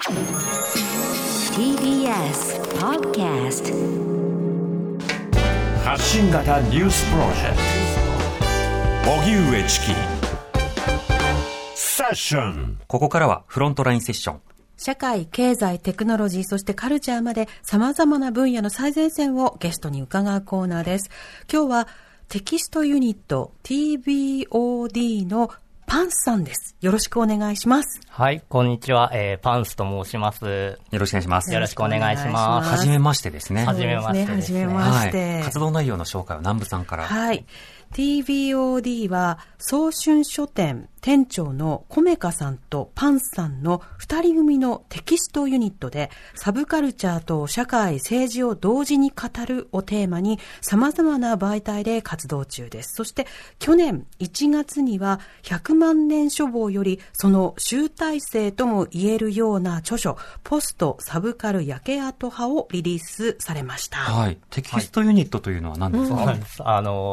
TBS Podcast 発信型ニュースプロジェクト荻上チキセッション。 ここからはフロントラインセッション。 社会、経済、テクノロジー、そしてカルチャーまで様々な分野の最前線をゲストに伺うコーナーです。今日はテキストユニット TBOD のパンスさんです。よろしくお願いします。 はい、こんにちは、パンスと申します。 よろしくお願いします。 よろしくお願いします。 はじめましてですね。 はじめましてですね。 はい。活動内容の紹介は南部さんから。 はい。TBOD は早春書店店長のコメカさんとパンスさんの二人組のテキストユニットで、サブカルチャーと社会政治を同時に語るをテーマに様々な媒体で活動中です。そして去年1月には100万年書房よりその集大成とも言えるような著書、ポストサブカル焼け跡派をリリースされました。 はい。テキストユニットというのは何ですか？ はい、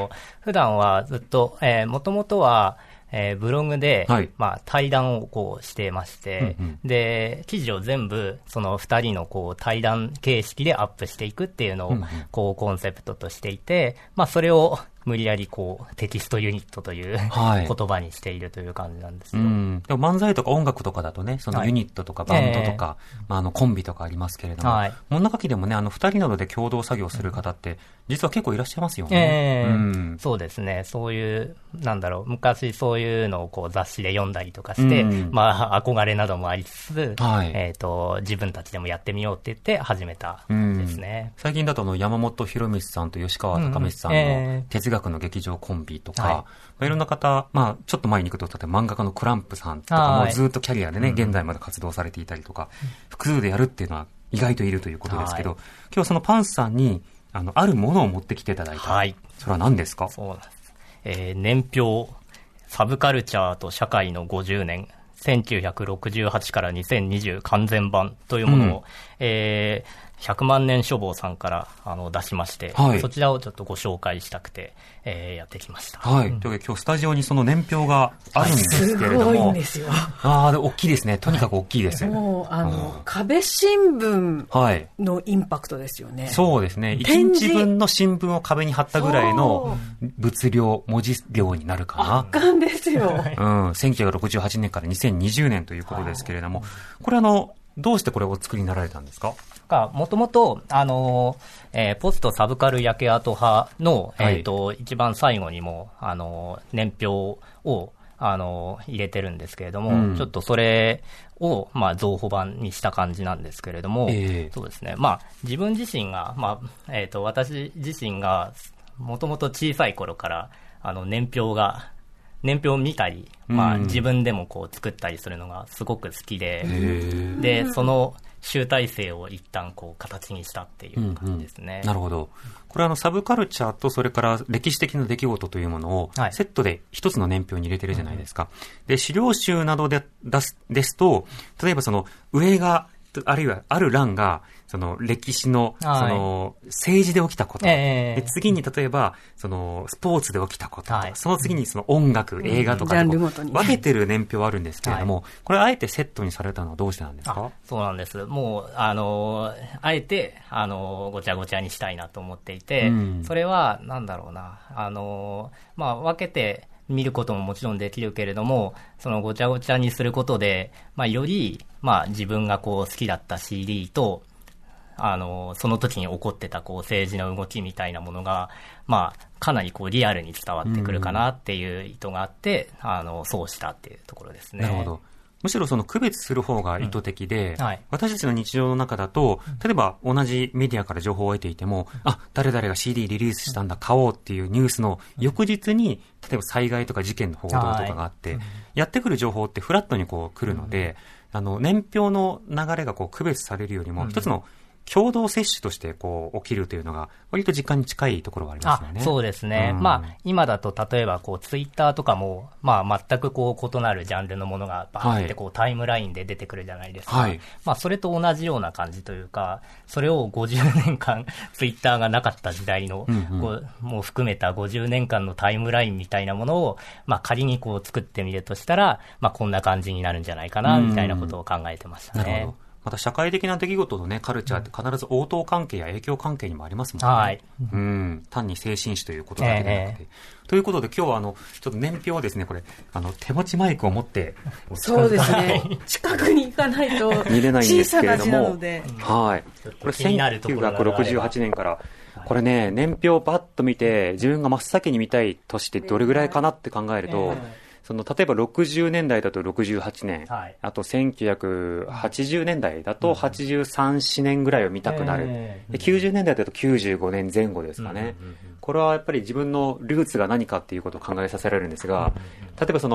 普段はずっと、もともとはブログで、はい、対談をこうしてまして、で、記事を全部、その二人のこう対談形式でアップしていくっていうのを、こうコンセプトとしていて、それを無理やりこうテキストユニットという言葉にしているという感じなんですよ。 でも漫才とか音楽とかだとね、そのユニットとかバンドとか、コンビとかありますけれども、物書きでもね、二人などで共同作業する方って、実は結構いらっしゃいますよね。 そうですね。そういう、昔そういうのをこう雑誌で読んだりとかして、憧れなどもありつつ、自分たちでもやってみようって言って始めたんですね。 最近だと山本博光さんと吉川貴光さんの哲学の劇場コンビとか、いろんな方、ちょっと前に行くと、例えば漫画家のクランプさんとかもずっとキャリアでね、現在まで活動されていたりとか、複数でやるっていうのは意外といるということですけど、今日はそのパンスさんに、あるものを持ってきていただいた。それは何ですか？ そうなんです。年表、サブカルチャーと社会の50年、1968から2020完全版というものを、100万年書房さんから出しまして、そちらをちょっとご紹介したくて、やってきました。 というわけで今日スタジオにその年表があるんですけれども、 すごいんですよ。 大きいですね。とにかく大きいです。 もう壁新聞のインパクトですよね。 そうですね。1日分の新聞を壁に貼ったぐらいの物量、文字量になるかな。 圧巻ですよ。 1968年から2020年ということですけれども、これどうしてこれをお作りになられたんですか？ もともと、ポストサブカル焼け跡派の、一番最後にも、年表を、入れてるんですけれども、ちょっとそれを、増補版にした感じなんですけれども、そうですね。自分自身が、私自身が、もともと小さい頃から、年表を見たり、自分でもこう作ったりするのがすごく好きで、で、その集大成を一旦こう形にしたっていう感じですね。 なるほど。これサブカルチャーとそれから歴史的な出来事というものをセットで一つの年表に入れてるじゃないですか。で、資料集などですと、例えばその上が、あるいはある欄がその歴史のその政治で起きたこと、で次に例えばそのスポーツで起きたこと、その次にその音楽、映画とか分けてる年表はあるんですけれども、これあえてセットにされたのはどうしてなんですか？ そうなんです。もうあえてごちゃごちゃにしたいなと思っていて、それは分けて見ることももちろんできるけれども、そのごちゃごちゃにすることで、より、自分がこう好きだった CD と、その時に起こってたこう政治の動きみたいなものが、かなりこうリアルに伝わってくるかなっていう意図があって、そうしたっていうところですね。 なるほど。むしろその区別する方が意図的で、私たちの日常の中だと、例えば同じメディアから情報を得ていても、誰々が CD リリースしたんだ、買おうっていうニュースの翌日に、例えば災害とか事件の報道とかがあって、やってくる情報ってフラットにこう来るので、年表の流れがこう区別されるよりも、一つの共同接種としてこう起きるというのが割と実感に近いところがありますよね。 そうですね。今だと例えばこうツイッターとかも全くこう異なるジャンルのものがバーってこうタイムラインで出てくるじゃないですか。それと同じような感じというか、それを50年間ツイッターがなかった時代のもう含めた50年間のタイムラインみたいなものを仮にこう作ってみるとしたらこんな感じになるんじゃないかなみたいなことを考えてましたね。 また社会的な出来事のね、カルチャーって必ず応答関係や影響関係にもありますもんね。 はい。 単に精神史ということだけでなくて。ということで今日はちょっと年表をですね、これ、手持ちマイクを持って、 そうですね。近くに行かないと見れないんですけれども、 はい。 これ1968年から、これね、年表をバッと見て、自分が真っ先に見たい年ってどれぐらいかなって考えると、例えば60年代だと68年、あと1980年代だと83、4年ぐらいを見たくなる。で90年代だと95年前後ですかね。これはやっぱり自分のルーツが何かっていうことを考えさせられるんですが、例えば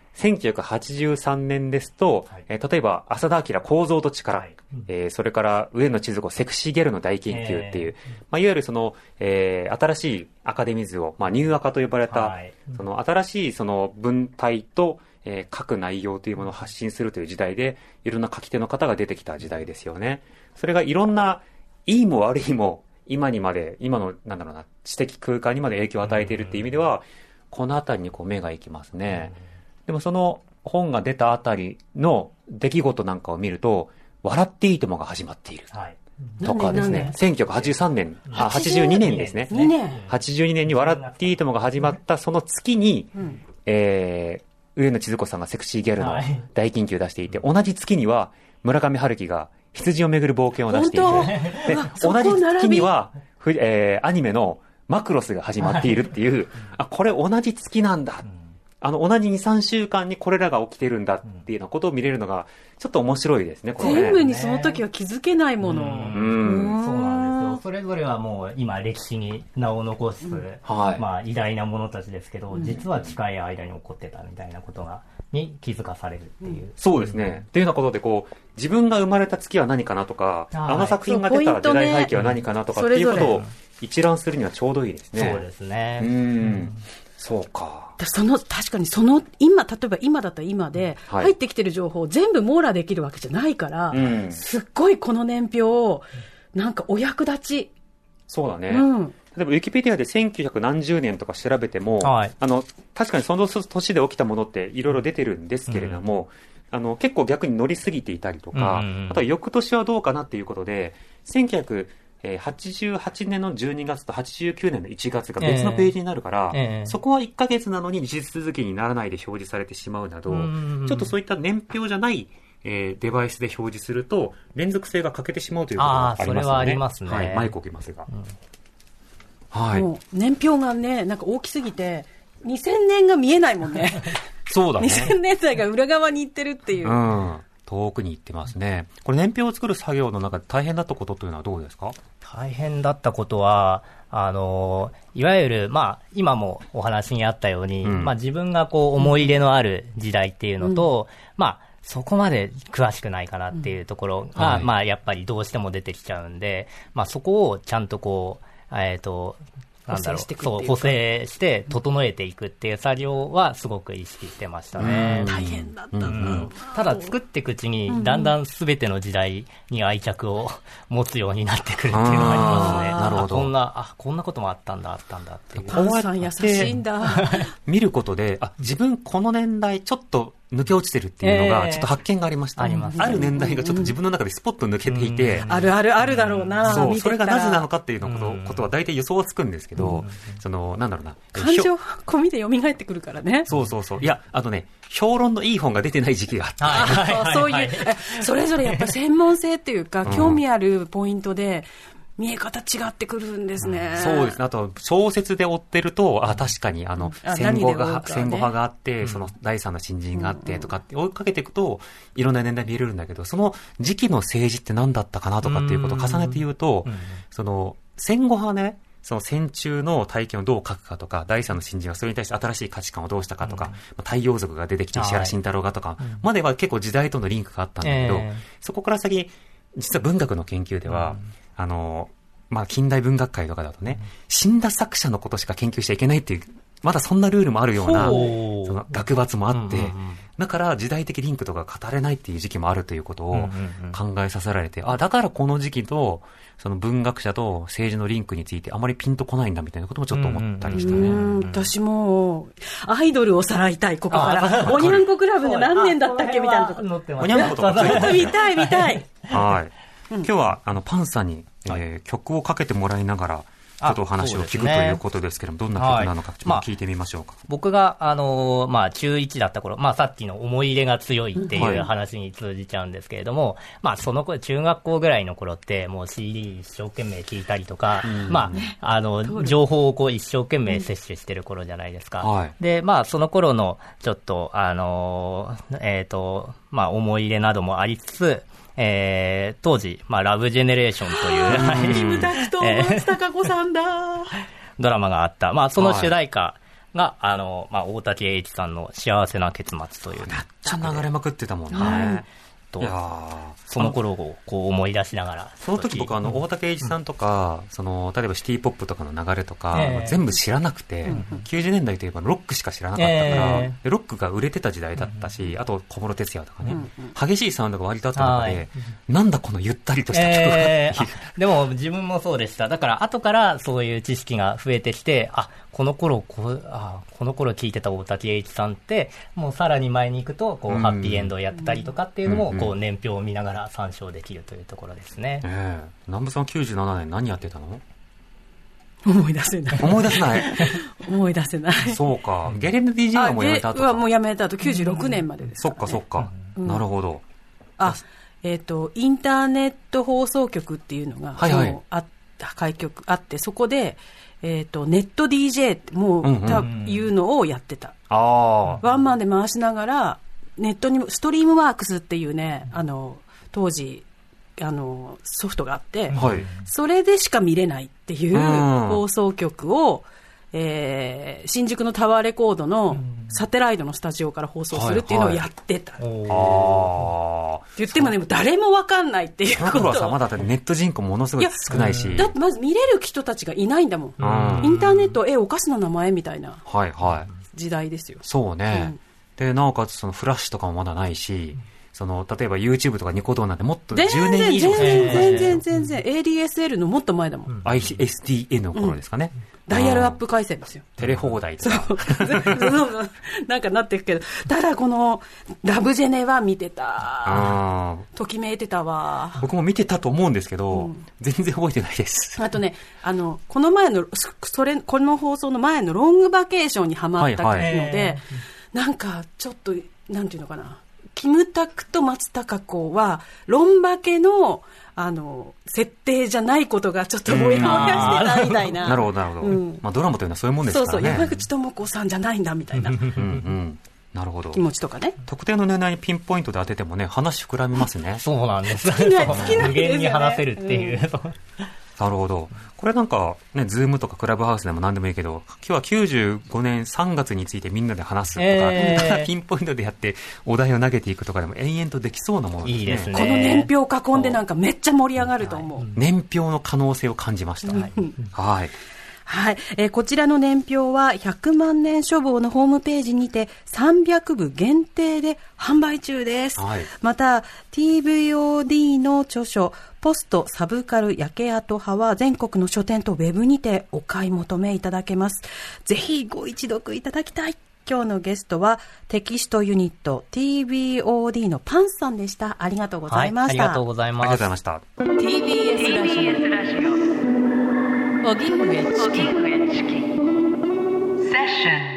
1983年ですと、例えば浅田明構造と力、それから上野千鶴子セクシーギャルの大研究っていう、いわゆる新しいアカデミズを、ニューアカと呼ばれた、新しい文体と、書く内容というものを発信するという時代で、いろんな書き手の方が出てきた時代ですよね。それがいろんな、いいも悪いも、今の、知的空間にまで影響を与えているっていう意味では、このあたりに目が行きますね。でもその本が出たあたりの出来事なんかを見ると、笑っていいともが始まっている。とかですね、1983年、82年ですね。82年に笑っていいともが始まったその月に、上野千鶴子さんがセクシーギャルの大研究を出していて、同じ月には村上春樹が羊をめぐる冒険を出していて、で同じ月には、アニメのマクロスが始まっているっていう、これ同じ月なんだ。同じ2、3週間にこれらが起きてるんだっていうようなことを見れるのが、ちょっと面白いですね、これね。 全部にその時は気づけないもの。 そうなんですよ。それぞれはもう今歴史に名を残す、偉大な者たちですけど、実は近い間に起こってたみたいなことに気づかされるっていう。 そうですね。っていうようなことで、自分が生まれた月は何かなとか、あの作品が出た時代背景は何かなとかっていうことを一覧するにはちょうどいいですね。 そうですね。 そうか。 確かに今、例えば今だったら今で、入ってきてる情報を全部網羅できるわけじゃないから、すっごいこの年表を、なんかお役立ち。 そうだね。例えばウィキペディアで1900何十年とか調べても、確かにその年で起きたものっていろいろ出てるんですけれども、結構逆に乗りすぎていたりとか、あとは翌年はどうかなっていうことで、1988年の12月と89年の1月が別のページになるから、そこは1ヶ月なのに日続きにならないで表示されてしまうなど、ちょっとそういった年表じゃない、デバイスで表示すると連続性が欠けてしまうということがありますので、 それはありますね。 マイク置きますが。 もう年表がね、なんか大きすぎて、2000年が見えないもんね。 そうだね。 2000年代が裏側に行ってるっていう。 遠くに行ってますね。これ年表を作る作業の中で大変だったことというのはどうですか？ 大変だったことは、いわゆる、今もお話にあったように、自分が思い入れのある時代っていうのと、そこまで詳しくないかなっていうところが、やっぱりどうしても出てきちゃうんで、そこをちゃんと補正して整えていくっていう作業はすごく意識してましたね。 大変だったな。 ただ作っていくうちにだんだん全ての時代に愛着を持つようになってくるっていうのがありますね。 なるほど。 こんなこともあったんだっていう。 パンさん優しいんだ。 見ることで、自分この年代ちょっと抜け落ちてるっていうのがちょっと発見がありました。 あります。 ある年代がちょっと自分の中でスポッと抜けていて、 あるだろうな。 それがなぜなのかっていうことは大体予想はつくんですけど、なんだろうな。 感情込みで蘇ってくるからね。 そう。いや、評論のいい本が出てない時期があって。そういう、それぞれやっぱ専門性っていうか、興味あるポイントで、見え方違ってくるんですね。 そうですね。あと、小説で追ってると、確かに、戦後派があって、その第三の新人があってとかって追いかけていくと、いろんな年代見れるんだけど、その時期の政治って何だったかなとかっていうことを重ねて言うと、戦後派ね、その戦中の体験をどう書くかとか、第三の新人はそれに対して新しい価値観をどうしたかとか、太陽族が出てきて石原慎太郎がとか、までは結構時代とのリンクがあったんだけど、そこから先、実は文学の研究では、近代文学会とかだとね、死んだ作者のことしか研究しちゃいけないっていう、まだそんなルールもあるような、その学閥もあって、だから時代的リンクとか語れないっていう時期もあるということを考えさせられて、だからこの時期と、その文学者と政治のリンクについてあまりピンとこないんだみたいなこともちょっと思ったりしたね。 私も、アイドルをさらいたい、ここから。おにゃんこクラブが何年だったっけみたいなとこ。 おにゃんことか見たい。 はい。今日はパンさんに、曲をかけてもらいながらちょっとお話を聞くということですけども、どんな曲なのかちょっと聞いてみましょうか。 僕が中1だった頃、さっきの思い入れが強いっていう話に通じちゃうんですけれども、その頃中学校ぐらいの頃ってもう CD 一生懸命聴いたりとか、情報を一生懸命摂取してる頃じゃないですか。でその頃のちょっと思い入れなどもありつつ、当時、ラブジェネレーションというキムタクと松たか子さんだドラマがあった、その主題歌が、大竹栄一さんの幸せな結末という。 めっちゃ流れまくってたもんね。 その頃を思い出しながら。 その時僕大竹栄一さんとか、例えばシティポップとかの流れとか、全部知らなくて、90年代といえばロックしか知らなかったから、ロックが売れてた時代だったし、あと小室哲哉とかね、激しいサウンドが割とあった中で、なんだこのゆったりとした曲が。 でも自分もそうでした。だから後からそういう知識が増えてきて、この頃聴いてた大竹栄一さんってもうさらに前に行くとハッピーエンドをやったりとかっていうのも年表を見ながら参照できるというところですね。 南部さん97年何やってたの？ 思い出せない。 思い出せない。 思い出せない。 そうか。ゲレンデ DJ はもうやめた後か。 もうやめた後96年までですからね。 そっか。なるほど。 インターネット放送局っていうのが開局あって、そこでネット DJ ってもういうのをやってた。ワンマンで回しながらネットにストリームワークスっていうね、当時ソフトがあって、それでしか見れないっていう放送局を、新宿のタワーレコードのサテライトのスタジオから放送するっていうのをやってた。って言ってもね、誰も分かんないっていうこと。 その頃はさ、まだネット人口ものすごい少ないし。 だってまず見れる人たちがいないんだもん。インターネット、お菓子の名前みたいな時代ですよ。 そうね。で、なおかつフラッシュとかもまだないし、例えば YouTube とかニコ動なんてもっと10年以上全然 ADSL のもっと前だもん。 ISDN の頃ですかね。 ダイヤルアップ回線ですよ。 テレ放題とか。 なんかなっていくけど、ただこのラブジェネは見てた。ときめいてたわ。 僕も見てたと思うんですけど、全然覚えてないです。 あとね、この前の、この放送の前のロングバケーションにハマったので、なんかちょっと、なんていうのかな。キムタクと松たか子はロンバケの設定じゃないことがちょっともやもやしてたみたいな。 なるほど。ドラマというのはそういうもんですからね。 山口智子さんじゃないんだみたいな。 なるほど。 気持ちとかね。 特定の年代にピンポイントで当ててもね、話膨らみますね。 そうなんです。 無限に話せるっていう。 なるほど。これなんかね、ズームとかクラブハウスでも何でもいいけど、今日は95年3月についてみんなで話すとか、ピンポイントでやってお題を投げていくとかでも延々とできそうなものですね。 いいですね。 この年表を囲んでなんかめっちゃ盛り上がると思う。 年表の可能性を感じました。はい。 はい、こちらの年表は100万年書房のホームページにて300部限定で販売中です。また TVOD の著書ポストサブカル焼け跡派は全国の書店とウェブにてお買い求めいただけます。ぜひご一読いただきたい。今日のゲストはテキストユニット TVOD のパンさんでした。ありがとうございました。 ありがとうございます。 TBS ラジオ荻上チキセッション